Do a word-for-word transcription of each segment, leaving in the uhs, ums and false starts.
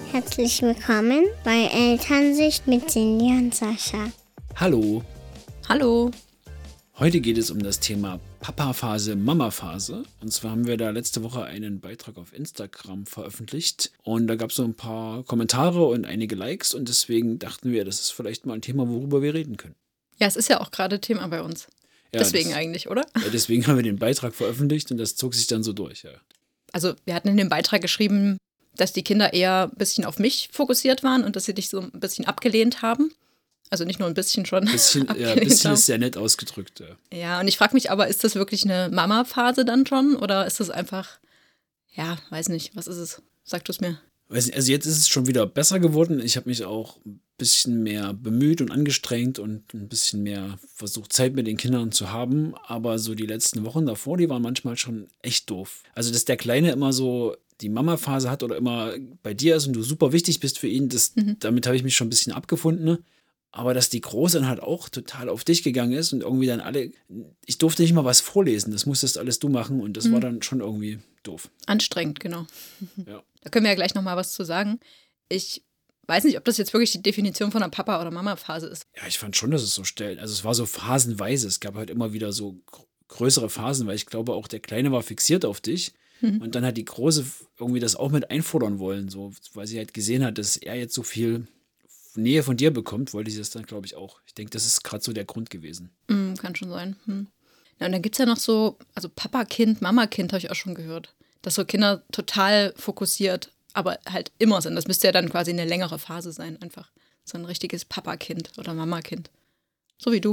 Herzlich willkommen bei Elternsicht mit Cindy und Sascha. Hallo. Hallo. Heute geht es um das Thema Papa-Phase, Mama-Phase. Und zwar haben wir da letzte Woche einen Beitrag auf Instagram veröffentlicht. Und da gab es so ein paar Kommentare und einige Likes. Und deswegen dachten wir, das ist vielleicht mal ein Thema, worüber wir reden können. Ja, es ist ja auch gerade Thema bei uns. Ja, deswegen das, eigentlich, oder? Ja, deswegen haben wir den Beitrag veröffentlicht und das zog sich dann so durch. Ja. Also wir hatten in dem Beitrag geschrieben, dass die Kinder eher ein bisschen auf mich fokussiert waren und dass sie dich so ein bisschen abgelehnt haben. Also nicht nur ein bisschen schon. Ein bisschen, ja, ein bisschen ist sehr nett ausgedrückt. Ja, ja und ich frage mich aber, ist das wirklich eine Mama-Phase dann schon? Oder ist das einfach, ja, weiß nicht, was ist es? Sag du es mir. Weiß nicht, also jetzt ist es schon wieder besser geworden. Ich habe mich auch ein bisschen mehr bemüht und angestrengt und ein bisschen mehr versucht, Zeit mit den Kindern zu haben. Aber so die letzten Wochen davor, die waren manchmal schon echt doof. Also, dass der Kleine immer so die Mama-Phase hat oder immer bei dir ist und du super wichtig bist für ihn, das, mhm. damit habe ich mich schon ein bisschen abgefunden. Ne? Aber dass die Große dann halt auch total auf dich gegangen ist und irgendwie dann alle, ich durfte nicht mal was vorlesen, das musstest alles du machen und das mhm. war dann schon irgendwie doof. Anstrengend, genau. Ja. Da können wir ja gleich nochmal was zu sagen. Ich weiß nicht, ob das jetzt wirklich die Definition von einer Papa- oder Mama-Phase ist. Ja, ich fand schon, dass es so stellt. Also es war so phasenweise, es gab halt immer wieder so größere Phasen, weil ich glaube auch der Kleine war fixiert auf dich. Mhm. Und dann hat die Große irgendwie das auch mit einfordern wollen, so, weil sie halt gesehen hat, dass er jetzt so viel Nähe von dir bekommt, wollte sie das dann, glaube ich, auch. Ich denke, das ist gerade so der Grund gewesen. Mm, kann schon sein. Hm. Ja, und dann gibt es ja noch so, also Papa-Kind, Mama-Kind habe ich auch schon gehört, dass so Kinder total fokussiert, aber halt immer sind. Das müsste ja dann quasi eine längere Phase sein, einfach so ein richtiges Papa-Kind oder Mama-Kind. So wie du.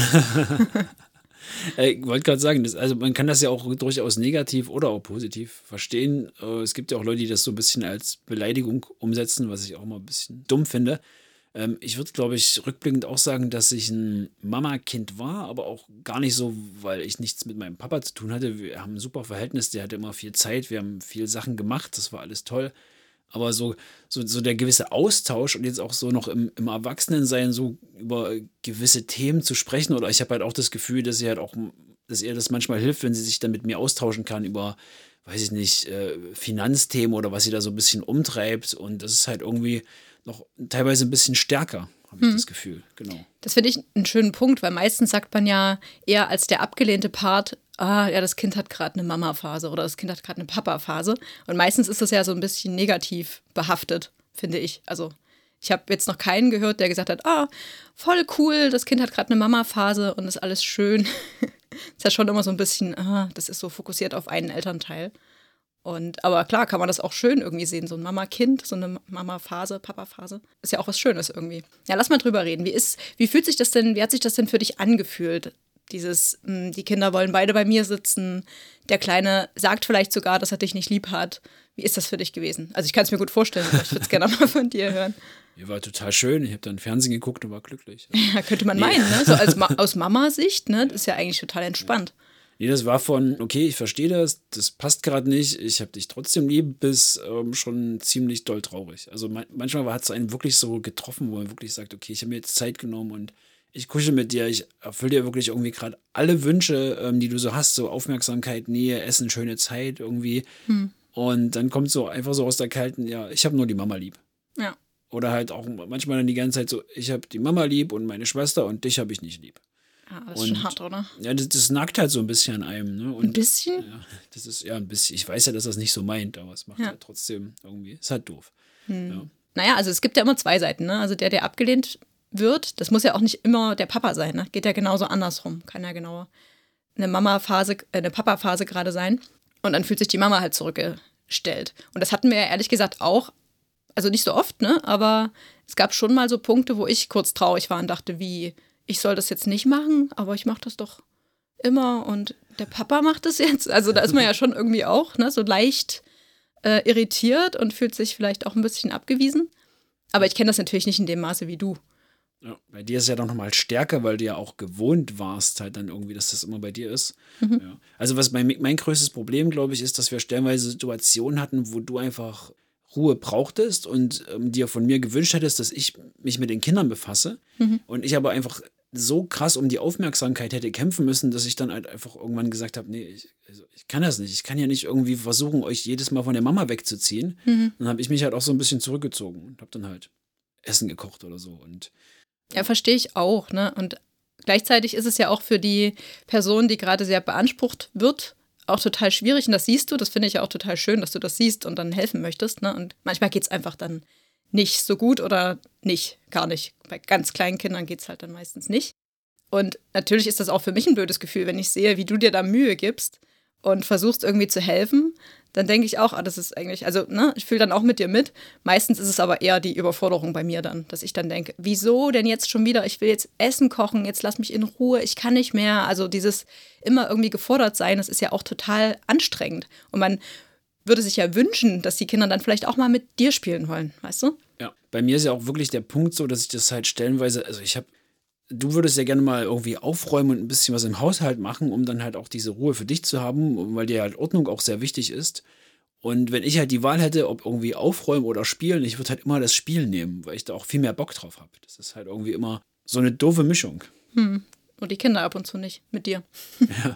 Ich wollte gerade sagen, das, also man kann das ja auch durchaus negativ oder auch positiv verstehen. Es gibt ja auch Leute, die das so ein bisschen als Beleidigung umsetzen, was ich auch mal ein bisschen dumm finde. Ich würde, glaube ich, rückblickend auch sagen, dass ich ein Mama-Kind war, aber auch gar nicht so, weil ich nichts mit meinem Papa zu tun hatte. Wir haben ein super Verhältnis, der hatte immer viel Zeit, wir haben viel Sachen gemacht, das war alles toll. Aber so, so, so der gewisse Austausch und jetzt auch so noch im, im Erwachsenensein so über gewisse Themen zu sprechen, oder ich habe halt auch das Gefühl, dass sie halt auch, dass ihr das manchmal hilft, wenn sie sich dann mit mir austauschen kann über, weiß ich nicht, äh, Finanzthemen oder was sie da so ein bisschen umtreibt, und das ist halt irgendwie noch teilweise ein bisschen stärker, habe ich hm. das Gefühl, genau. Das finde ich einen schönen Punkt, weil meistens sagt man ja eher als der abgelehnte Part, ah, ja, das Kind hat gerade eine Mama-Phase oder das Kind hat gerade eine Papa-Phase. Und meistens ist das ja so ein bisschen negativ behaftet, finde ich. Also ich habe jetzt noch keinen gehört, der gesagt hat, ah, voll cool, das Kind hat gerade eine Mama-Phase und ist alles schön. Das ist ja schon immer so ein bisschen, ah, das ist so fokussiert auf einen Elternteil. Und, aber klar kann man das auch schön irgendwie sehen, so ein Mama-Kind, so eine Mama-Phase, Papa-Phase. Ist ja auch was Schönes irgendwie. Ja, lass mal drüber reden. Wie ist, wie fühlt sich das denn, wie hat sich das denn für dich angefühlt? Dieses, mh, die Kinder wollen beide bei mir sitzen, der Kleine sagt vielleicht sogar, dass er dich nicht lieb hat. Wie ist das für dich gewesen? Also ich kann es mir gut vorstellen, aber ich würde es gerne mal von dir hören. Mir war total schön, ich habe dann Fernsehen geguckt und war glücklich. Ja, könnte man nee. meinen, ne? So als Ma- aus Mama-Sicht, ne? Das ist ja eigentlich total entspannt. Nee, das war von, okay, ich verstehe das, das passt gerade nicht, ich habe dich trotzdem lieb, bis ähm, schon ziemlich doll traurig. Also man, manchmal hat es einen wirklich so getroffen, wo man wirklich sagt, okay, ich habe mir jetzt Zeit genommen und ich kuschel mit dir, ich erfülle dir wirklich irgendwie gerade alle Wünsche, ähm, die du so hast, so Aufmerksamkeit, Nähe, Essen, schöne Zeit irgendwie. Hm. Und dann kommt so einfach so aus der kalten, ja, ich habe nur die Mama lieb. Ja. Oder halt auch manchmal dann die ganze Zeit so, ich habe die Mama lieb und meine Schwester und dich habe ich nicht lieb. Ja, das ist und, schon hart, oder? Ja, das, das nagt halt so ein bisschen an einem. Ne? Und, ein bisschen? Ja, das ist ja ein bisschen, ich weiß ja, dass das nicht so meint, aber es macht ja, ja trotzdem irgendwie, ist halt doof. Hm. Ja. Naja, also es gibt ja immer zwei Seiten, ne? Also der, der abgelehnt wird, das muss ja auch nicht immer der Papa sein, ne? Geht ja genauso andersrum. Kann ja genau eine Mama-Phase, äh, eine Papa-Phase gerade sein. Und dann fühlt sich die Mama halt zurückgestellt. Und das hatten wir ja ehrlich gesagt auch, also nicht so oft, ne? Aber es gab schon mal so Punkte, wo ich kurz traurig war und dachte, wie, ich soll das jetzt nicht machen, aber ich mache das doch immer und der Papa macht das jetzt. Also da ist man ja schon irgendwie auch, ne? So leicht äh, irritiert und fühlt sich vielleicht auch ein bisschen abgewiesen. Aber ich kenne das natürlich nicht in dem Maße wie du. Ja, bei dir ist es ja doch nochmal stärker, weil du ja auch gewohnt warst, halt dann irgendwie, dass das immer bei dir ist. Mhm. Ja. Also was mein, mein größtes Problem, glaube ich, ist, dass wir stellenweise Situationen hatten, wo du einfach Ruhe brauchtest und ähm, dir von mir gewünscht hättest, dass ich mich mit den Kindern befasse. Mhm. Und ich aber einfach so krass um die Aufmerksamkeit hätte kämpfen müssen, dass ich dann halt einfach irgendwann gesagt habe, nee, ich, also ich kann das nicht. Ich kann ja nicht irgendwie versuchen, euch jedes Mal von der Mama wegzuziehen. Mhm. Dann habe ich mich halt auch so ein bisschen zurückgezogen und habe dann halt Essen gekocht oder so. Und ja, verstehe ich auch, ne? Und gleichzeitig ist es ja auch für die Person, die gerade sehr beansprucht wird, auch total schwierig. Und das siehst du, das finde ich ja auch total schön, dass du das siehst und dann helfen möchtest, ne? Und manchmal geht es einfach dann nicht so gut oder nicht, gar nicht. Bei ganz kleinen Kindern geht es halt dann meistens nicht. Und natürlich ist das auch für mich ein blödes Gefühl, wenn ich sehe, wie du dir da Mühe gibst und versuchst irgendwie zu helfen, dann denke ich auch, ah, das ist eigentlich, also ne, ich fühle dann auch mit dir mit. Meistens ist es aber eher die Überforderung bei mir dann, dass ich dann denke, wieso denn jetzt schon wieder? Ich will jetzt Essen kochen, jetzt lass mich in Ruhe, ich kann nicht mehr. Also dieses immer irgendwie gefordert sein, das ist ja auch total anstrengend. Und man würde sich ja wünschen, dass die Kinder dann vielleicht auch mal mit dir spielen wollen, weißt du? Ja, bei mir ist ja auch wirklich der Punkt so, dass ich das halt stellenweise, also ich habe, du würdest ja gerne mal irgendwie aufräumen und ein bisschen was im Haushalt machen, um dann halt auch diese Ruhe für dich zu haben, weil dir halt Ordnung auch sehr wichtig ist. Und wenn ich halt die Wahl hätte, ob irgendwie aufräumen oder spielen, ich würde halt immer das Spiel nehmen, weil ich da auch viel mehr Bock drauf habe. Das ist halt irgendwie immer so eine doofe Mischung. Hm. Und die Kinder ab und zu nicht, mit dir. Ja.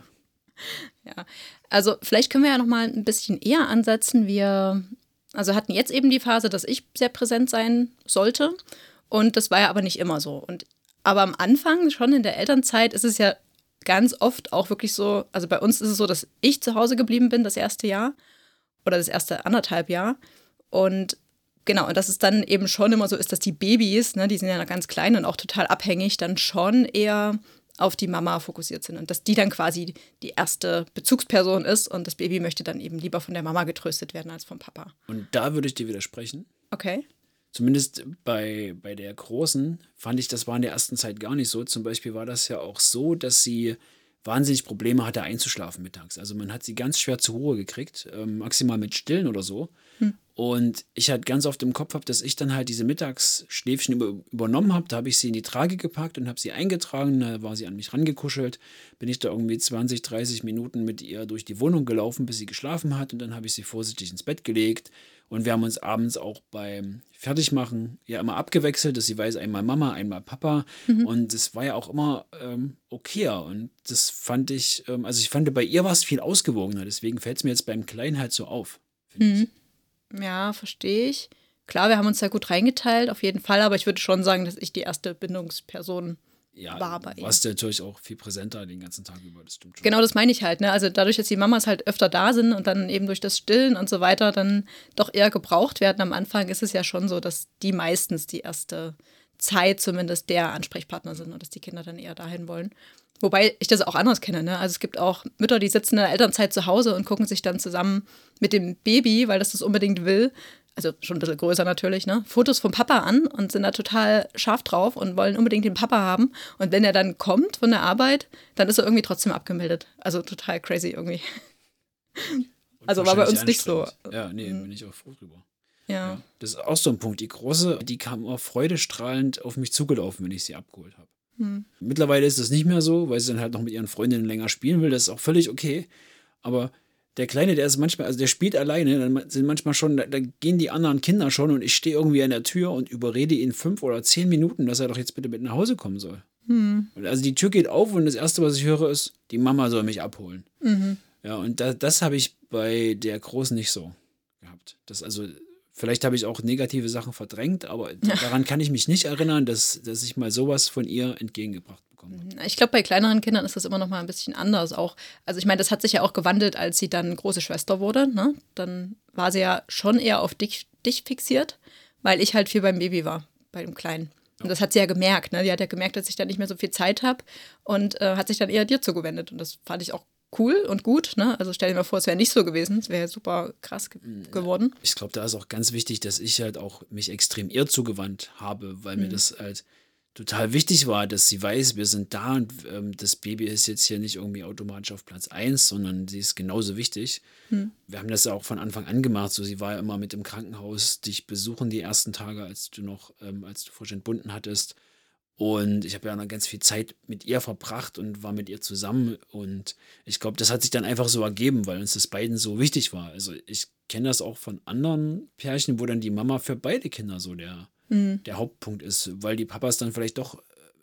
Ja, also vielleicht können wir ja noch mal ein bisschen eher ansetzen. Wir also hatten jetzt eben die Phase, dass ich sehr präsent sein sollte und das war ja aber nicht immer so. Und aber am Anfang, schon in der Elternzeit, ist es ja ganz oft auch wirklich so, also bei uns ist es so, dass ich zu Hause geblieben bin das erste Jahr oder das erste anderthalb Jahr und genau, und dass es dann eben schon immer so ist, dass die Babys, ne, die sind ja noch ganz klein und auch total abhängig, dann schon eher auf die Mama fokussiert sind und dass die dann quasi die erste Bezugsperson ist und das Baby möchte dann eben lieber von der Mama getröstet werden als vom Papa. Und da würde ich dir widersprechen. Okay. Zumindest bei, bei der Großen fand ich, das war in der ersten Zeit gar nicht so. Zum Beispiel war das ja auch so, dass sie wahnsinnig Probleme hatte einzuschlafen mittags. Also man hat sie ganz schwer zur Ruhe gekriegt, äh, maximal mit Stillen oder so. Hm. Und ich halt ganz oft im Kopf habe, dass ich dann halt diese Mittagsschläfchen über, übernommen habe. Da habe ich sie in die Trage gepackt und habe sie eingetragen. Da war sie an mich rangekuschelt. Bin ich da irgendwie zwanzig, dreißig Minuten mit ihr durch die Wohnung gelaufen, bis sie geschlafen hat. Und dann habe ich sie vorsichtig ins Bett gelegt. Und wir haben uns abends auch beim Fertigmachen ja immer abgewechselt, dass sie weiß, einmal Mama, einmal Papa. Mhm. Und das war ja auch immer ähm, okay. Und das fand ich, ähm, also ich fand, bei ihr war es viel ausgewogener. Deswegen fällt es mir jetzt beim Kleinen halt so auf, finde mhm. ich. Ja, verstehe ich. Klar, wir haben uns da gut reingeteilt, auf jeden Fall. Aber ich würde schon sagen, dass ich die erste Bindungsperson ja, war bei ihm. Du warst ja natürlich auch viel präsenter den ganzen Tag über, das stimmt schon. Genau, das meine ich halt. Ne? Also dadurch, dass die Mamas halt öfter da sind und dann eben durch das Stillen und so weiter dann doch eher gebraucht werden am Anfang, ist es ja schon so, dass die meistens die erste Zeit zumindest der Ansprechpartner sind und dass die Kinder dann eher dahin wollen. Wobei ich das auch anders kenne. Ne? Also es gibt auch Mütter, die sitzen in der Elternzeit zu Hause und gucken sich dann zusammen mit dem Baby, weil das das unbedingt will, also schon ein bisschen größer natürlich, ne? Fotos vom Papa an und sind da total scharf drauf und wollen unbedingt den Papa haben. Und wenn er dann kommt von der Arbeit, dann ist er irgendwie trotzdem abgemeldet. Also total crazy irgendwie. Also war bei uns nicht so. Ja, nee, bin ich auch froh drüber. Ja. ja. Das ist auch so ein Punkt. Die Große, die kam immer freudestrahlend auf mich zugelaufen, wenn ich sie abgeholt habe. Hm. Mittlerweile ist das nicht mehr so, weil sie dann halt noch mit ihren Freundinnen länger spielen will. Das ist auch völlig okay. Aber der Kleine, der ist manchmal, also der spielt alleine, dann sind manchmal schon, da, da gehen die anderen Kinder schon und ich stehe irgendwie an der Tür und überrede ihn fünf oder zehn Minuten, dass er doch jetzt bitte mit nach Hause kommen soll. Hm. Also die Tür geht auf und das Erste, was ich höre, ist, die Mama soll mich abholen. Mhm. Ja, und da, das habe ich bei der Großen nicht so gehabt. Das also, vielleicht habe ich auch negative Sachen verdrängt, aber daran kann ich mich nicht erinnern, dass, dass ich mal sowas von ihr entgegengebracht bekomme. Ich glaube, bei kleineren Kindern ist das immer noch mal ein bisschen anders auch. Also ich meine, das hat sich ja auch gewandelt, als sie dann große Schwester wurde. Ne? Dann war sie ja schon eher auf dich, dich fixiert, weil ich halt viel beim Baby war, bei dem Kleinen. Und das hat sie ja gemerkt. Ne? Die hat ja gemerkt, dass ich da nicht mehr so viel Zeit habe und äh, hat sich dann eher dir zugewendet. Und das fand ich auch cool und gut. Ne? Also stell dir mal vor, es wäre nicht so gewesen. Es wäre super krass ge- geworden. Ich glaube, da ist auch ganz wichtig, dass ich halt auch mich extrem ihr zugewandt habe, weil mhm. mir das halt total wichtig war, dass sie weiß, wir sind da und ähm, das Baby ist jetzt hier nicht irgendwie automatisch auf Platz eins, sondern sie ist genauso wichtig. Mhm. Wir haben das ja auch von Anfang an gemacht. So, sie war ja immer mit im Krankenhaus dich besuchen die ersten Tage, als du noch, ähm, als du frisch entbunden hattest. Und ich habe ja noch ganz viel Zeit mit ihr verbracht und war mit ihr zusammen. Und ich glaube, das hat sich dann einfach so ergeben, weil uns das beiden so wichtig war. Also ich kenne das auch von anderen Pärchen, wo dann die Mama für beide Kinder so der, mhm. der Hauptpunkt ist, weil die Papas dann vielleicht doch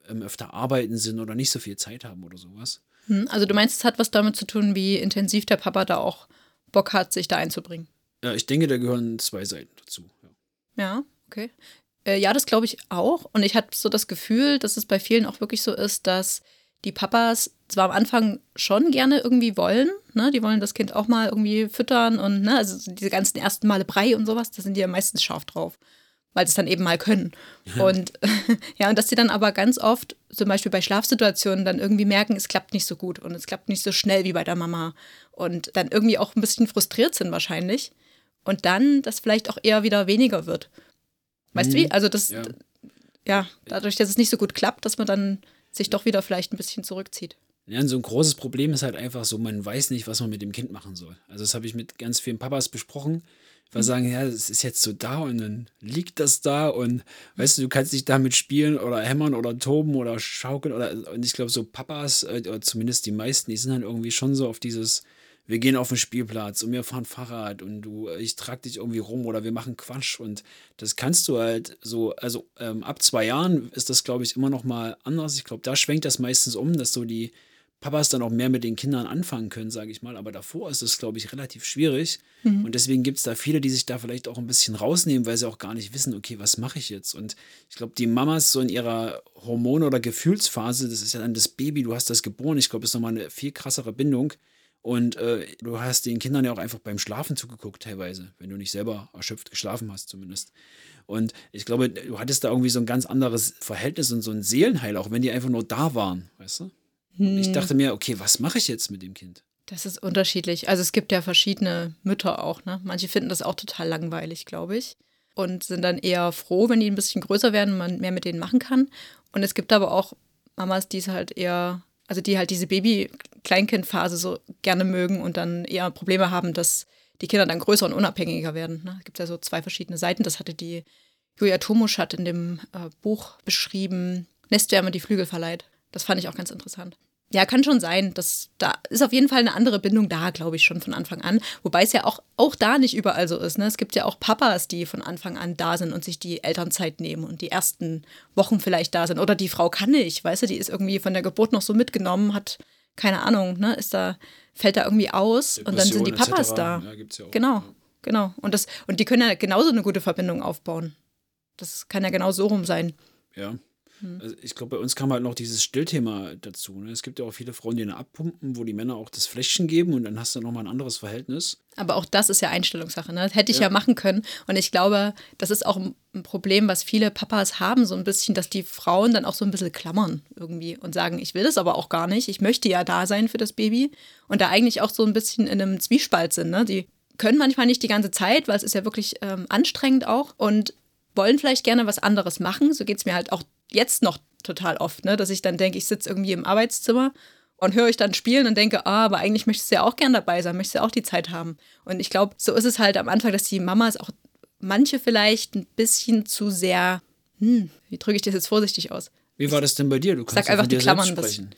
ähm, öfter arbeiten sind oder nicht so viel Zeit haben oder sowas. Hm, also du meinst, es hat was damit zu tun, wie intensiv der Papa da auch Bock hat, sich da einzubringen? Ja, ich denke, da gehören zwei Seiten dazu. Ja, Ja, okay. Äh, ja, das glaube ich auch. Und ich habe so das Gefühl, dass es bei vielen auch wirklich so ist, dass die Papas zwar am Anfang schon gerne irgendwie wollen, ne? Die wollen das Kind auch mal irgendwie füttern und ne, also diese ganzen ersten Male Brei und sowas, da sind die ja meistens scharf drauf, weil sie es dann eben mal können. Ja. Und ja, und dass sie dann aber ganz oft, zum Beispiel bei Schlafsituationen, dann irgendwie merken, es klappt nicht so gut und es klappt nicht so schnell wie bei der Mama. Und dann irgendwie auch ein bisschen frustriert sind wahrscheinlich. Und dann das vielleicht auch eher wieder weniger wird. Weißt du wie? Also das, Ja. ja, dadurch, dass es nicht so gut klappt, dass man dann sich doch wieder vielleicht ein bisschen zurückzieht. Ja, und so ein großes Problem ist halt einfach so, man weiß nicht, was man mit dem Kind machen soll. Also das habe ich mit ganz vielen Papas besprochen, weil mhm. sagen, ja, es ist jetzt so da und dann liegt das da und weißt du, du kannst nicht damit spielen oder hämmern oder toben oder schaukeln oder und ich glaube so Papas, äh, oder zumindest die meisten, die sind dann irgendwie schon so auf dieses, wir gehen auf den Spielplatz und wir fahren Fahrrad und du, ich trage dich irgendwie rum oder wir machen Quatsch und das kannst du halt so, also ähm, ab zwei Jahren ist das, glaube ich, immer noch mal anders. Ich glaube, da schwenkt das meistens um, dass so die Papas dann auch mehr mit den Kindern anfangen können, sage ich mal, aber davor ist es, glaube ich, relativ schwierig mhm. und deswegen gibt es da viele, die sich da vielleicht auch ein bisschen rausnehmen, weil sie auch gar nicht wissen, okay, was mache ich jetzt? Und ich glaube, die Mamas so in ihrer Hormon- oder Gefühlsphase, das ist ja dann das Baby, du hast das geboren, ich glaube, das ist nochmal eine viel krassere Bindung. Und äh, du hast den Kindern ja auch einfach beim Schlafen zugeguckt teilweise, wenn du nicht selber erschöpft geschlafen hast zumindest. Und ich glaube, du hattest da irgendwie so ein ganz anderes Verhältnis und so ein Seelenheil, auch wenn die einfach nur da waren, weißt du? Und ich dachte mir, okay, was mache ich jetzt mit dem Kind? Das ist unterschiedlich. Also es gibt ja verschiedene Mütter auch, ne? Manche finden das auch total langweilig, glaube ich. Und sind dann eher froh, wenn die ein bisschen größer werden und man mehr mit denen machen kann. Und es gibt aber auch Mamas, die es halt eher... Also die halt diese Baby-Kleinkind-Phase so gerne mögen und dann eher Probleme haben, dass die Kinder dann größer und unabhängiger werden. Ne? Es gibt ja so zwei verschiedene Seiten. Das hatte die Julia Tomusch hat in dem äh, Buch beschrieben, Nestwärme, die Flügel verleiht. Das fand ich auch ganz interessant. Ja, kann schon sein. Das, da ist auf jeden Fall eine andere Bindung da, glaube ich, schon von Anfang an. Wobei es ja auch, auch da nicht überall so ist. Ne? Es gibt ja auch Papas, die von Anfang an da sind und sich die Elternzeit nehmen und die ersten Wochen vielleicht da sind. Oder die Frau kann nicht, weißt du, die ist irgendwie von der Geburt noch so mitgenommen, hat, keine Ahnung, ne, ist da, fällt da irgendwie aus und dann sind die Papas et cetera. da. Ja, gibt's ja auch. Genau, Ja. genau. Und, das, und die können ja genauso eine gute Verbindung aufbauen. Das kann ja genau so rum sein. Ja. Also ich glaube, bei uns kam halt noch dieses Stillthema dazu. Ne? Es gibt ja auch viele Frauen, die dann abpumpen, wo die Männer auch das Fläschchen geben und dann hast du nochmal ein anderes Verhältnis. Aber auch das ist ja Einstellungssache, ne? Das hätte ich ja. Ja. machen können. Und ich glaube, das ist auch ein Problem, was viele Papas haben, so ein bisschen, dass die Frauen dann auch so ein bisschen klammern irgendwie und sagen, ich will das aber auch gar nicht. Ich möchte ja da sein für das Baby. Und da eigentlich auch so ein bisschen in einem Zwiespalt sind, ne? Die können manchmal nicht die ganze Zeit, weil es ist ja wirklich ähm, anstrengend auch und wollen vielleicht gerne was anderes machen. So geht es mir halt auch jetzt noch total oft, ne? Dass ich dann denke, ich sitze irgendwie im Arbeitszimmer und höre ich dann spielen und denke, ah, aber eigentlich möchtest du ja auch gern dabei sein, möchtest ja auch die Zeit haben. Und ich glaube, so ist es halt am Anfang, dass die Mamas auch manche vielleicht ein bisschen zu sehr, hm, wie drücke ich das jetzt vorsichtig aus? Wie war das denn bei dir? Du kannst Sag ja einfach von die dir Klammern selbst bis- sprechen.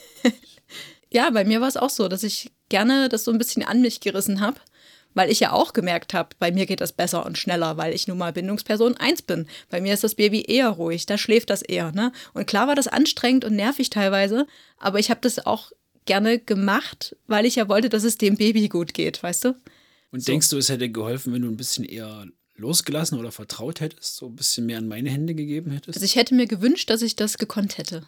Ja, bei mir war es auch so, dass ich gerne das so ein bisschen an mich gerissen habe, weil ich ja auch gemerkt habe, bei mir geht das besser und schneller, weil ich nun mal Bindungsperson eins bin. Bei mir ist das Baby eher ruhig, da schläft das eher. Ne? Und klar war das anstrengend und nervig teilweise, aber ich habe das auch gerne gemacht, weil ich ja wollte, dass es dem Baby gut geht, weißt du? Und So. denkst du, es hätte geholfen, wenn du ein bisschen eher losgelassen oder vertraut hättest, so ein bisschen mehr in meine Hände gegeben hättest? Also ich hätte mir gewünscht, dass ich das gekonnt hätte.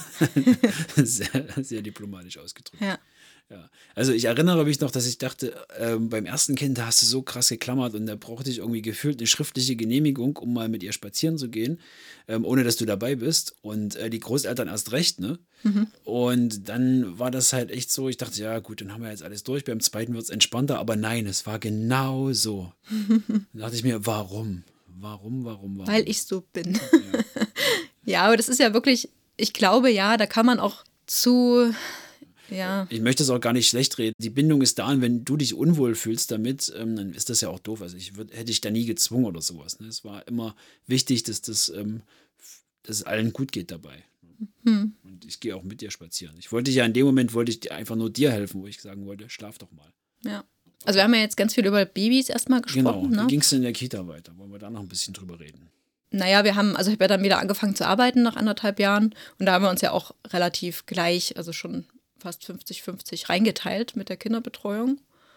sehr, sehr diplomatisch ausgedrückt. Ja. Ja. Also ich erinnere mich noch, dass ich dachte, ähm, beim ersten Kind, da hast du so krass geklammert und da brauchte ich irgendwie gefühlt eine schriftliche Genehmigung, um mal mit ihr spazieren zu gehen, ähm, ohne dass du dabei bist. Und äh, die Großeltern erst recht, ne? Mhm. Und dann war das halt echt so, ich dachte, ja gut, dann haben wir jetzt alles durch, beim zweiten wird es entspannter, aber nein, es war genau so. Dann dachte ich mir, warum? Warum, warum, warum? Weil ich so bin. Ja. Ja, aber das ist ja wirklich, ich glaube, ja, da kann man auch zu, ja, Ich möchte es auch gar nicht schlecht reden. Die Bindung ist da und wenn du dich unwohl fühlst damit, ähm, dann ist das ja auch doof. Also ich würd, hätte ich da nie gezwungen oder sowas. Ne? Es war immer wichtig, dass das ähm, dass es allen gut geht dabei. hm. Und ich gehe auch mit dir spazieren. Ich wollte ja in dem Moment, wollte ich dir einfach nur dir helfen, wo ich sagen wollte, schlaf doch mal. Ja. Also wir haben ja jetzt ganz viel über Babys erstmal Genau, gesprochen, wie ne? ging es denn in der Kita weiter? Wollen wir da noch ein bisschen drüber reden? Naja, wir haben, also ich habe ja dann wieder angefangen zu arbeiten nach anderthalb Jahren und da haben wir uns ja auch relativ gleich, also schon fast fünfzig fünfzig reingeteilt mit der Kinderbetreuung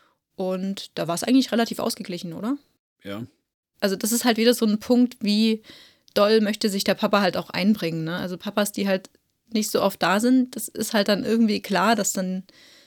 und da war es eigentlich relativ ausgeglichen, oder? Ja. Also das ist halt wieder so ein Punkt, wie doll möchte sich der Papa halt auch einbringen, ne? Also Papas, die halt nicht so oft da sind, das ist halt dann irgendwie klar, dass dann,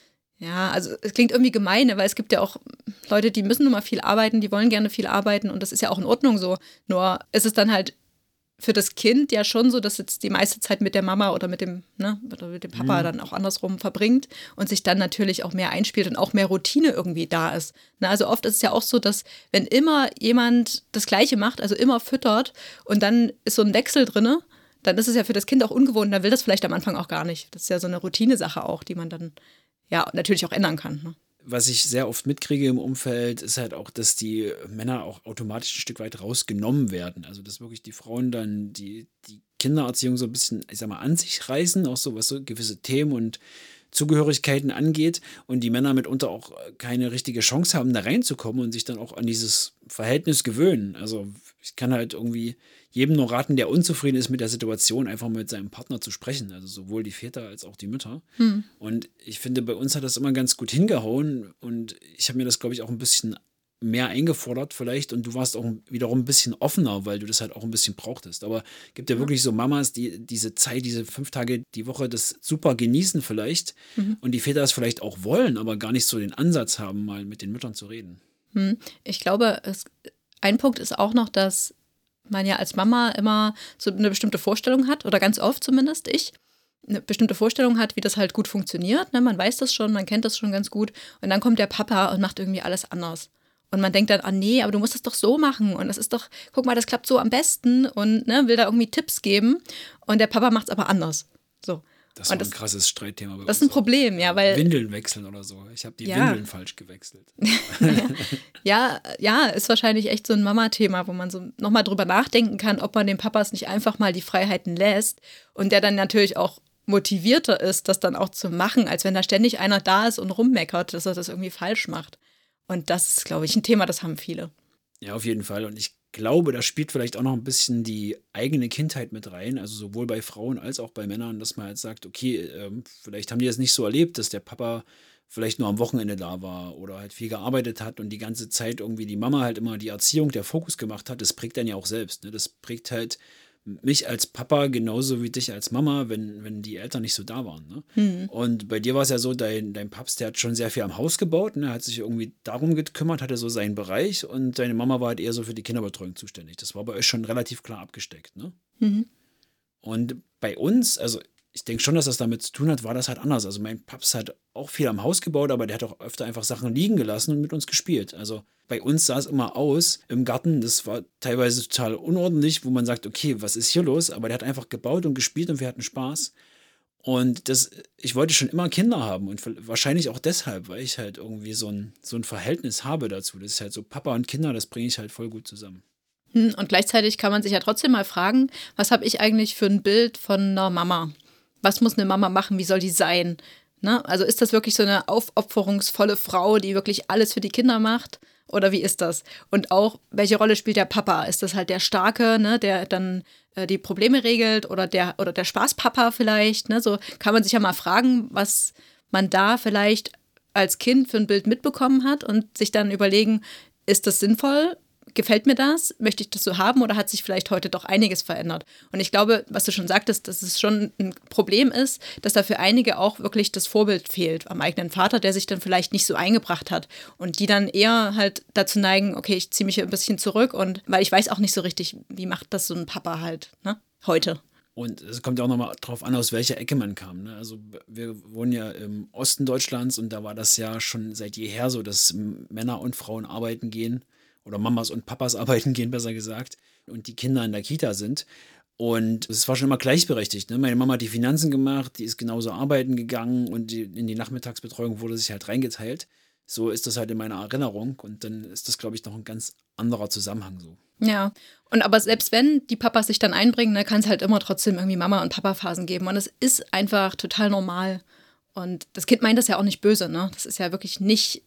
ja, also es klingt irgendwie gemein, ne, weil es gibt ja auch Leute, die müssen nun mal viel arbeiten, die wollen gerne viel arbeiten und das ist ja auch in Ordnung so. Nur ist es dann halt für das Kind ja schon so, dass jetzt die meiste Zeit mit der Mama oder mit dem, ne, oder mit dem Papa Mhm. dann auch andersrum verbringt und sich dann natürlich auch mehr einspielt und auch mehr Routine irgendwie da ist. Na, also oft ist es ja auch so, dass wenn immer jemand das Gleiche macht, also immer füttert und dann ist so ein Wechsel drinne, dann ist es ja für das Kind auch ungewohnt, dann will das vielleicht am Anfang auch gar nicht. Das ist ja so eine Routinesache auch, die man dann ja natürlich auch ändern kann. Ne? Was ich sehr oft mitkriege im Umfeld, ist halt auch, dass die Männer auch automatisch ein Stück weit rausgenommen werden. Also, dass wirklich die Frauen dann die, die Kindererziehung so ein bisschen, ich sag mal, an sich reißen, auch so was so gewisse Themen und Zugehörigkeiten angeht und die Männer mitunter auch keine richtige Chance haben, da reinzukommen und sich dann auch an dieses Verhältnis gewöhnen. Also ich kann halt irgendwie jedem nur raten, der unzufrieden ist mit der Situation, einfach mal mit seinem Partner zu sprechen. Also sowohl die Väter als auch die Mütter. Hm. Und ich finde, bei uns hat das immer ganz gut hingehauen und ich habe mir das, glaube ich, auch ein bisschen mehr eingefordert vielleicht und du warst auch wiederum ein bisschen offener, weil du das halt auch ein bisschen brauchtest. Aber es gibt ja, ja wirklich so Mamas, die diese Zeit, diese fünf Tage die Woche das super genießen vielleicht mhm. und die Väter das vielleicht auch wollen, aber gar nicht so den Ansatz haben, mal mit den Müttern zu reden. Hm. Ich glaube, es, ein Punkt ist auch noch, dass man ja als Mama immer so eine bestimmte Vorstellung hat, oder ganz oft zumindest ich, eine bestimmte Vorstellung hat, wie das halt gut funktioniert. Ne? Man weiß das schon, man kennt das schon ganz gut. Und dann kommt der Papa und macht irgendwie alles anders. Und man denkt dann, ah nee, aber du musst das doch so machen. Und das ist doch, guck mal, das klappt so am besten. Und ne, will da irgendwie Tipps geben. Und der Papa macht es aber anders. So. Das ist ein krasses Streitthema bei uns. Das ist ein Problem, ja, weil... Windeln wechseln oder so. Ich habe die ja. Windeln falsch gewechselt. ja, ja, ist wahrscheinlich echt so ein Mama-Thema, wo man so nochmal drüber nachdenken kann, ob man den Papas nicht einfach mal die Freiheiten lässt. Und der dann natürlich auch motivierter ist, das dann auch zu machen, als wenn da ständig einer da ist und rummeckert, dass er das irgendwie falsch macht. Und das ist, glaube ich, ein Thema, das haben viele. Ja, auf jeden Fall. Und ich glaube, da spielt vielleicht auch noch ein bisschen die eigene Kindheit mit rein, also sowohl bei Frauen als auch bei Männern, dass man halt sagt, okay, ähm, vielleicht haben die das nicht so erlebt, dass der Papa vielleicht nur am Wochenende da war oder halt viel gearbeitet hat und die ganze Zeit irgendwie die Mama halt immer die Erziehung, der Fokus gemacht hat. Das prägt dann ja auch selbst. Ne? Das prägt halt mich als Papa genauso wie dich als Mama, wenn, wenn die Eltern nicht so da waren. Ne? Mhm. Und bei dir war es ja so, dein, dein Papst, der hat schon sehr viel am Haus gebaut, ne? Hat sich irgendwie darum gekümmert, hatte so seinen Bereich und deine Mama war halt eher so für die Kinderbetreuung zuständig. Das war bei euch schon relativ klar abgesteckt. Ne? Mhm. Und bei uns, also ich denke schon, dass das damit zu tun hat, war das halt anders. Also mein Papst hat auch viel am Haus gebaut, aber der hat auch öfter einfach Sachen liegen gelassen und mit uns gespielt. Also bei uns sah es immer aus im Garten, das war teilweise total unordentlich, wo man sagt, okay, was ist hier los? Aber der hat einfach gebaut und gespielt und wir hatten Spaß. Und das, ich wollte schon immer Kinder haben und wahrscheinlich auch deshalb, weil ich halt irgendwie so ein, so ein Verhältnis habe dazu. Das ist halt so Papa und Kinder, das bringe ich halt voll gut zusammen. Und gleichzeitig kann man sich ja trotzdem mal fragen, was habe ich eigentlich für ein Bild von einer Mama? Was muss eine Mama machen? Wie soll die sein? Ne? Also ist das wirklich so eine aufopferungsvolle Frau, die wirklich alles für die Kinder macht? Oder wie ist das? Und auch, welche Rolle spielt der Papa? Ist das halt der Starke, ne, der dann äh, die Probleme regelt oder der, oder der Spaßpapa vielleicht? Ne? So kann man sich ja mal fragen, was man da vielleicht als Kind für ein Bild mitbekommen hat und sich dann überlegen, ist das sinnvoll? Gefällt mir das? Möchte ich das so haben oder hat sich vielleicht heute doch einiges verändert? Und ich glaube, was du schon sagtest, dass es schon ein Problem ist, dass da für einige auch wirklich das Vorbild fehlt am eigenen Vater, der sich dann vielleicht nicht so eingebracht hat und die dann eher halt dazu neigen, okay, ich ziehe mich hier ein bisschen zurück und weil ich weiß auch nicht so richtig, wie macht das so ein Papa halt, ne, heute. Und es kommt ja auch nochmal drauf an, aus welcher Ecke man kam. Ne? Also wir wohnen ja im Osten Deutschlands und da war das ja schon seit jeher so, dass Männer und Frauen arbeiten gehen. Oder Mamas und Papas arbeiten gehen, besser gesagt, und die Kinder in der Kita sind. Und es war schon immer gleichberechtigt. Ne? Meine Mama hat die Finanzen gemacht, die ist genauso arbeiten gegangen und die, in die Nachmittagsbetreuung wurde sich halt reingeteilt. So ist das halt in meiner Erinnerung und dann ist das, glaube ich, noch ein ganz anderer Zusammenhang so. Ja, und aber selbst wenn die Papas sich dann einbringen, ne, kann es halt immer trotzdem irgendwie Mama- und Papa-Phasen geben und es ist einfach total normal. Und das Kind meint das ja auch nicht böse, ne? Das ist ja wirklich nicht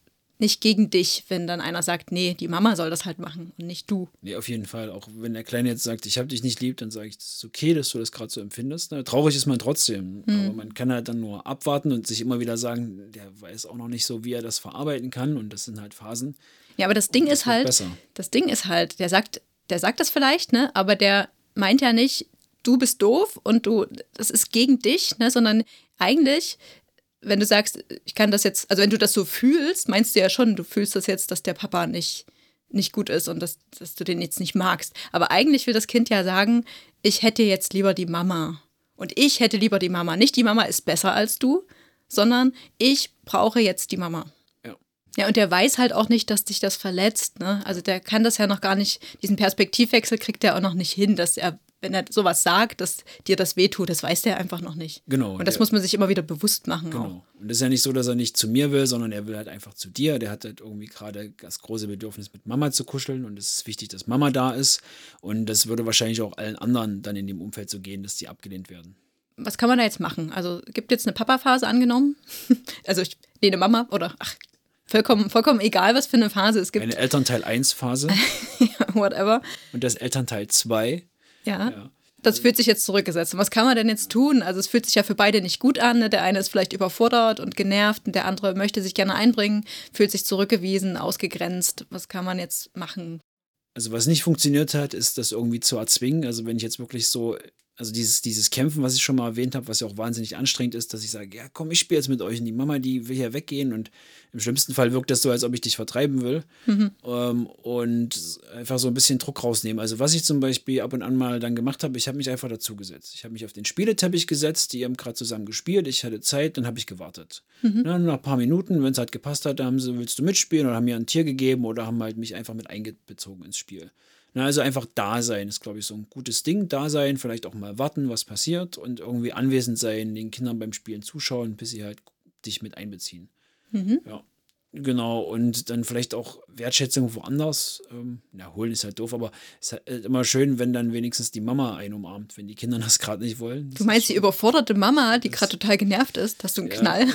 nicht gegen dich, wenn dann einer sagt, nee, die Mama soll das halt machen und nicht du. Nee, auf jeden Fall. Auch wenn der Kleine jetzt sagt, ich habe dich nicht lieb, dann sage ich, es ist okay, dass du das gerade so empfindest. Ne? Traurig ist man trotzdem. Mhm. Aber man kann halt dann nur abwarten und sich immer wieder sagen, der weiß auch noch nicht so, wie er das verarbeiten kann. Und das sind halt Phasen. Ja, aber das Ding das ist halt, besser. das Ding ist halt, der sagt, der sagt das vielleicht, ne? Aber der meint ja nicht, du bist doof und du, das ist gegen dich, ne? Sondern eigentlich, wenn du sagst, ich kann das jetzt, also wenn du das so fühlst, meinst du ja schon, du fühlst das jetzt, dass der Papa nicht, nicht gut ist und dass, dass du den jetzt nicht magst. Aber eigentlich will das Kind ja sagen, ich hätte jetzt lieber die Mama. Und ich hätte lieber die Mama. Nicht die Mama ist besser als du, sondern ich brauche jetzt die Mama. Ja. Ja, und der weiß halt auch nicht, dass dich das verletzt, ne? Also der kann das ja noch gar nicht, diesen Perspektivwechsel kriegt er auch noch nicht hin, dass er, wenn er sowas sagt, dass dir das wehtut, das weiß der einfach noch nicht. Genau. Und das der, muss man sich immer wieder bewusst machen. Genau. Auch. Und das ist ja nicht so, dass er nicht zu mir will, sondern er will halt einfach zu dir. Der hat halt irgendwie gerade das große Bedürfnis, mit Mama zu kuscheln. Und es ist wichtig, dass Mama da ist. Und das würde wahrscheinlich auch allen anderen dann in dem Umfeld so gehen, dass die abgelehnt werden. Was kann man da jetzt machen? Also gibt jetzt eine Papa-Phase angenommen? also ich, nee, eine Mama oder ach, vollkommen, vollkommen egal, was für eine Phase es gibt. Eine Elternteil eins Phase. ja, whatever. Und das Elternteil zwei. Ja. ja. Das fühlt sich jetzt zurückgesetzt. Und was kann man denn jetzt tun? Also es fühlt sich ja für beide nicht gut an. Ne? Der eine ist vielleicht überfordert und genervt und der andere möchte sich gerne einbringen, fühlt sich zurückgewiesen, ausgegrenzt. Was kann man jetzt machen? Also was nicht funktioniert hat, ist das irgendwie zu erzwingen. Also wenn ich jetzt wirklich so, also dieses, dieses Kämpfen, was ich schon mal erwähnt habe, was ja auch wahnsinnig anstrengend ist, dass ich sage, ja komm, ich spiele jetzt mit euch und die Mama, die will hier weggehen und im schlimmsten Fall wirkt das so, als ob ich dich vertreiben will mhm. ähm, und einfach so ein bisschen Druck rausnehmen. Also was ich zum Beispiel ab und an mal dann gemacht habe, ich habe mich einfach dazugesetzt. Ich habe mich auf den Spieleteppich gesetzt, die haben gerade zusammen gespielt, ich hatte Zeit, dann habe ich gewartet. Mhm. Na, nach ein paar Minuten, wenn es halt gepasst hat, dann haben sie, willst du mitspielen oder haben mir ein Tier gegeben oder haben halt mich einfach mit eingezogen ins Spiel. Na, also einfach da sein ist, glaube ich, so ein gutes Ding. Da sein, vielleicht auch mal warten, was passiert und irgendwie anwesend sein, den Kindern beim Spielen zuschauen, bis sie halt dich mit einbeziehen. Mhm. Ja, genau. Und dann vielleicht auch Wertschätzung woanders. Ähm, na, holen ist halt doof, aber es ist halt immer schön, wenn dann wenigstens die Mama einen umarmt, wenn die Kinder das gerade nicht wollen. Das du meinst die überforderte Mama, die gerade total genervt ist? Hast du einen ja. Knall?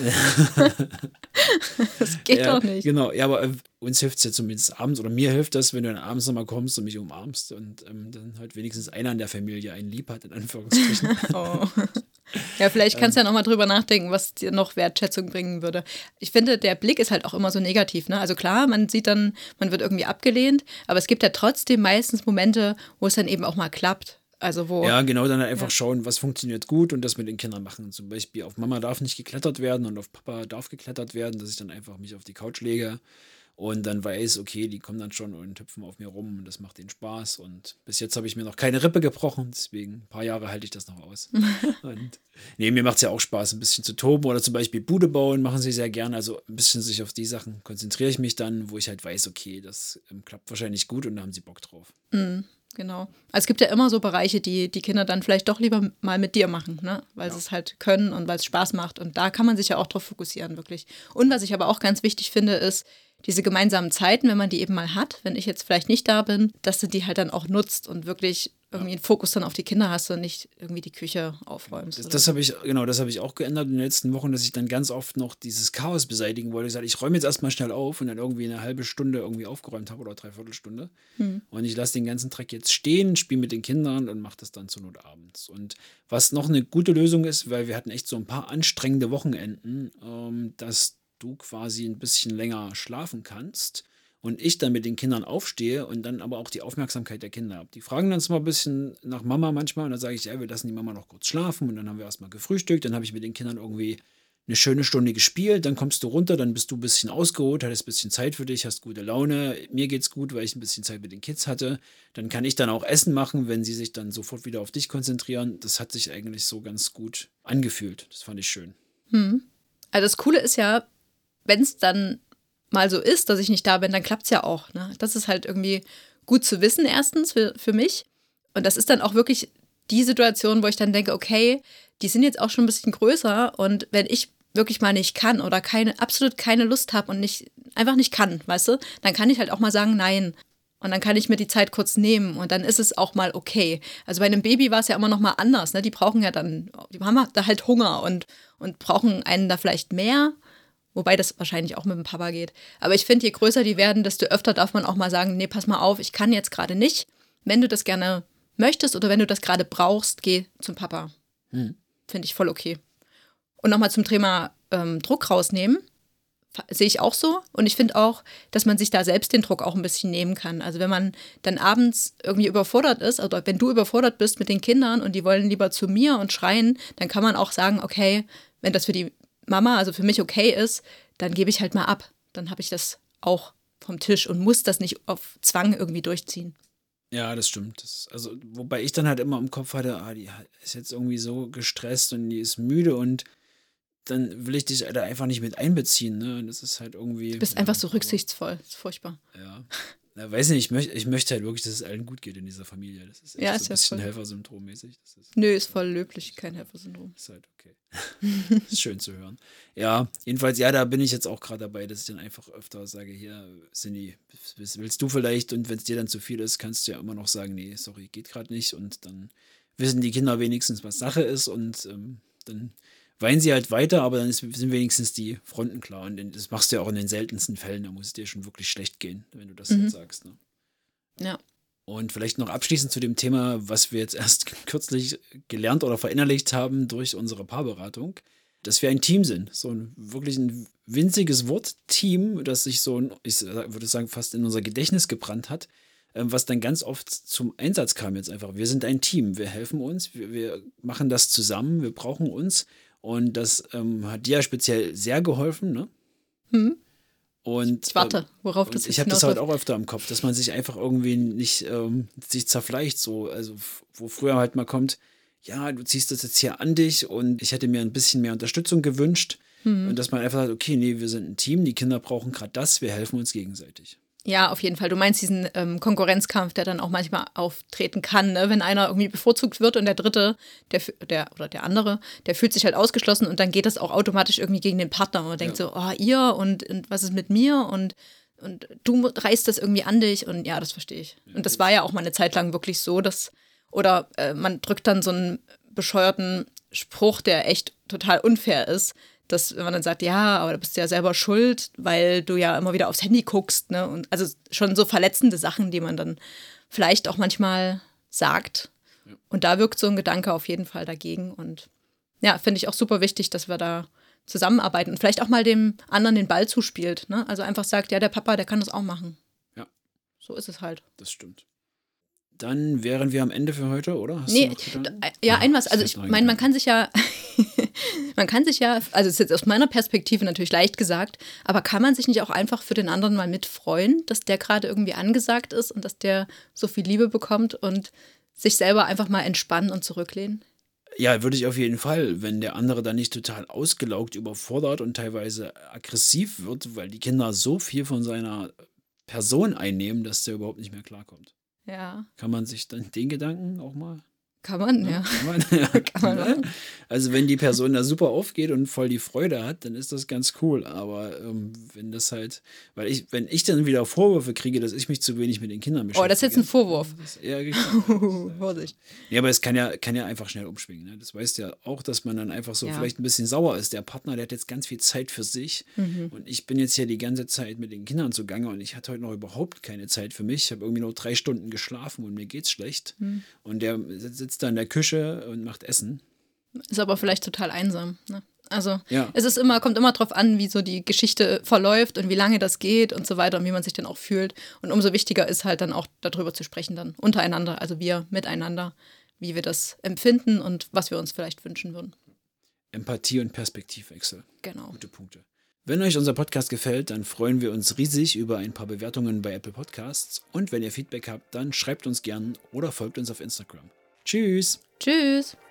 das geht ja, doch nicht. Genau, ja, aber äh, uns hilft es ja zumindest abends, oder mir hilft das, wenn du dann abends nochmal kommst und mich umarmst und ähm, dann halt wenigstens einer in der Familie einen lieb hat, in Anführungsstrichen. oh. Ja, vielleicht kannst du ähm, ja nochmal drüber nachdenken, was dir noch Wertschätzung bringen würde. Ich finde, der Blick ist halt auch immer so negativ, ne? Also klar, man sieht dann, man wird irgendwie abgelehnt, aber es gibt ja trotzdem meistens Momente, wo es dann eben auch mal klappt. Also wo, ja, genau, dann halt einfach ja. schauen, was funktioniert gut und das mit den Kindern machen. Zum Beispiel auf Mama darf nicht geklettert werden und auf Papa darf geklettert werden, dass ich dann einfach mich auf die Couch lege und dann weiß, okay, die kommen dann schon und hüpfen auf mir rum und das macht denen Spaß. Und bis jetzt habe ich mir noch keine Rippe gebrochen, deswegen ein paar Jahre halte ich das noch aus. und nee, mir macht es ja auch Spaß, ein bisschen zu toben oder zum Beispiel Bude bauen, machen sie sehr gerne. Also ein bisschen sich auf die Sachen konzentriere ich mich dann, wo ich halt weiß, okay, das ähm, klappt wahrscheinlich gut und da haben sie Bock drauf. Mhm. Genau. Also es gibt ja immer so Bereiche, die die Kinder dann vielleicht doch lieber mal mit dir machen, ne? Weil ja. sie es halt können und weil es Spaß macht. Und da kann man sich ja auch drauf fokussieren, wirklich. Und was ich aber auch ganz wichtig finde, ist, diese gemeinsamen Zeiten, wenn man die eben mal hat, wenn ich jetzt vielleicht nicht da bin, dass du die halt dann auch nutzt und wirklich irgendwie einen Fokus dann auf die Kinder hast und nicht irgendwie die Küche aufräumst. Das, das habe ich, genau, das habe ich auch geändert in den letzten Wochen, dass ich dann ganz oft noch dieses Chaos beseitigen wollte. Ich sage, ich räume jetzt erstmal schnell auf und dann irgendwie eine halbe Stunde irgendwie aufgeräumt habe oder dreiviertel Stunde. Hm. Und ich lasse den ganzen Dreck jetzt stehen, spiele mit den Kindern und mache das dann zur Not abends. Und was noch eine gute Lösung ist, weil wir hatten echt so ein paar anstrengende Wochenenden, ähm, dass du quasi ein bisschen länger schlafen kannst und ich dann mit den Kindern aufstehe und dann aber auch die Aufmerksamkeit der Kinder habe. Die fragen dann zwar ein bisschen nach Mama manchmal und dann sage ich, ja, wir lassen die Mama noch kurz schlafen und dann haben wir erstmal gefrühstückt, dann habe ich mit den Kindern irgendwie eine schöne Stunde gespielt, dann kommst du runter, dann bist du ein bisschen ausgeruht, hattest ein bisschen Zeit für dich, hast gute Laune, mir geht's gut, weil ich ein bisschen Zeit mit den Kids hatte. Dann kann ich dann auch Essen machen, wenn sie sich dann sofort wieder auf dich konzentrieren. Das hat sich eigentlich so ganz gut angefühlt. Das fand ich schön. Hm. Also das Coole ist ja, wenn es dann mal so ist, dass ich nicht da bin, dann klappt es ja auch. Ne? Das ist halt irgendwie gut zu wissen, erstens für, für mich. Und das ist dann auch wirklich die Situation, wo ich dann denke, okay, die sind jetzt auch schon ein bisschen größer und wenn ich wirklich mal nicht kann oder keine, absolut keine Lust habe und nicht, einfach nicht kann, weißt du, dann kann ich halt auch mal sagen, nein. Und dann kann ich mir die Zeit kurz nehmen und dann ist es auch mal okay. Also bei einem Baby war es ja immer noch mal anders. Ne? Die brauchen ja dann, die haben da halt Hunger und, und brauchen einen da vielleicht mehr. Wobei das wahrscheinlich auch mit dem Papa geht. Aber ich finde, je größer die werden, desto öfter darf man auch mal sagen, nee, pass mal auf, ich kann jetzt gerade nicht. Wenn du das gerne möchtest oder wenn du das gerade brauchst, geh zum Papa. Hm. Finde ich voll okay. Und nochmal zum Thema ähm, Druck rausnehmen. Sehe ich auch so. Und ich finde auch, dass man sich da selbst den Druck auch ein bisschen nehmen kann. Also wenn man dann abends irgendwie überfordert ist, oder wenn du überfordert bist mit den Kindern und die wollen lieber zu mir und schreien, dann kann man auch sagen, okay, wenn das für die Mama, also für mich okay ist, dann gebe ich halt mal ab. Dann habe ich das auch vom Tisch und muss das nicht auf Zwang irgendwie durchziehen. Ja, das stimmt. Das, also, wobei ich dann halt immer im Kopf hatte, ah, die ist jetzt irgendwie so gestresst und die ist müde und dann will ich dich da einfach nicht mit einbeziehen. Ne? Und das ist halt irgendwie. Du bist ja, einfach so rücksichtsvoll. Das ist furchtbar. Ja. Ja, weiß nicht, ich, möcht, ich möchte halt wirklich, dass es allen gut geht in dieser Familie. Das ist echt ja, so ist ein ja bisschen voll. Helfersyndrom-mäßig. Das ist, Nö, ist voll löblich, kein Helfersyndrom. Ist halt okay. Ist schön zu hören. Ja, jedenfalls, ja, da bin ich jetzt auch gerade dabei, dass ich dann einfach öfter sage, hier, Cindy, willst du vielleicht? Und wenn es dir dann zu viel ist, kannst du ja immer noch sagen, nee, sorry, geht gerade nicht. Und dann wissen die Kinder wenigstens, was Sache ist und ähm, dann weinen sie halt weiter, aber dann ist, sind wenigstens die Fronten klar. Und das machst du ja auch in den seltensten Fällen, da muss es dir schon wirklich schlecht gehen, wenn du das Mhm. jetzt sagst. Ne? Ja. Und vielleicht noch abschließend zu dem Thema, was wir jetzt erst kürzlich gelernt oder verinnerlicht haben durch unsere Paarberatung, dass wir ein Team sind. So ein wirklich ein winziges Wort, Team, das sich so, ein, ich würde sagen, fast in unser Gedächtnis gebrannt hat, was dann ganz oft zum Einsatz kam jetzt einfach. Wir sind ein Team, wir helfen uns, wir, wir machen das zusammen, wir brauchen uns. Und das ähm, hat dir ja speziell sehr geholfen, ne? Mhm. Und, Ich warte, worauf und das ich habe das hinausläuft. halt auch öfter im Kopf, dass man sich einfach irgendwie nicht ähm, sich zerfleischt, so, also f- wo früher halt mal kommt, ja, du ziehst das jetzt hier an dich und ich hätte mir ein bisschen mehr Unterstützung gewünscht Mhm. und dass man einfach sagt, okay, nee, wir sind ein Team, die Kinder brauchen gerade das, wir helfen uns gegenseitig. Ja, auf jeden Fall. Du meinst diesen ähm, Konkurrenzkampf, der dann auch manchmal auftreten kann, ne? Wenn einer irgendwie bevorzugt wird und der Dritte, der, fü- der oder der andere, der fühlt sich halt ausgeschlossen und dann geht das auch automatisch irgendwie gegen den Partner und man denkt Ja. so, oh, ihr und, und was ist mit mir und, und du reißt das irgendwie an dich und ja, das verstehe ich. Und das war ja auch mal eine Zeit lang wirklich so, dass, oder äh, man drückt dann so einen bescheuerten Spruch, der echt total unfair ist, dass wenn man dann sagt, ja, aber du bist ja selber schuld, weil du ja immer wieder aufs Handy guckst, ne? Und also schon so verletzende Sachen, die man dann vielleicht auch manchmal sagt. Ja. Und da wirkt so ein Gedanke auf jeden Fall dagegen. Und ja, finde ich auch super wichtig, dass wir da zusammenarbeiten und vielleicht auch mal dem anderen den Ball zuspielt, ne? Also einfach sagt, ja, der Papa, der kann das auch machen. Ja. So ist es halt. Das stimmt. Dann wären wir am Ende für heute, oder? Hast Nee, du noch Gedanken? d- ja, Ah, ein was. es Also fällt ich noch ein meine, man Gedanke. kann sich ja, man kann sich ja, also es ist jetzt aus meiner Perspektive natürlich leicht gesagt, aber kann man sich nicht auch einfach für den anderen mal mitfreuen, dass der gerade irgendwie angesagt ist und dass der so viel Liebe bekommt und sich selber einfach mal entspannen und zurücklehnen? Ja, würde ich auf jeden Fall, wenn der andere dann nicht total ausgelaugt, überfordert und teilweise aggressiv wird, weil die Kinder so viel von seiner Person einnehmen, dass der überhaupt nicht mehr klarkommt. Ja, Kann man sich dann den Gedanken auch mal kann man, ja. Kann man, ja, Kann man machen. Also wenn die Person da super aufgeht und voll die Freude hat, dann ist das ganz cool. Aber ähm, wenn das halt, weil ich, wenn ich dann wieder Vorwürfe kriege, dass ich mich zu wenig mit den Kindern beschäftige. Oh, das ist jetzt ein Vorwurf. Das ist eher richtig. Vorsicht. Ja, aber es kann ja, kann ja einfach schnell umschwingen. Ne? Das weißt ja auch, dass man dann einfach so Ja. vielleicht ein bisschen sauer ist. Der Partner, der hat jetzt ganz viel Zeit für sich Mhm. und ich bin jetzt hier die ganze Zeit mit den Kindern zugange und ich hatte heute noch überhaupt keine Zeit für mich. Ich habe irgendwie nur drei Stunden geschlafen und mir geht's schlecht. Mhm. Und der sitzt da in der Küche und macht Essen. Ist aber vielleicht total einsam. Ne? Also Ja. es ist immer, kommt immer drauf an, wie so die Geschichte verläuft und wie lange das geht und so weiter und wie man sich dann auch fühlt. Und umso wichtiger ist halt dann auch darüber zu sprechen, dann untereinander, also wir miteinander, wie wir das empfinden und was wir uns vielleicht wünschen würden. Empathie und Perspektivwechsel. Genau. Gute Punkte. Wenn euch unser Podcast gefällt, dann freuen wir uns riesig über ein paar Bewertungen bei Apple Podcasts. Und wenn ihr Feedback habt, dann schreibt uns gern oder folgt uns auf Instagram. Tschüss! Tschüss!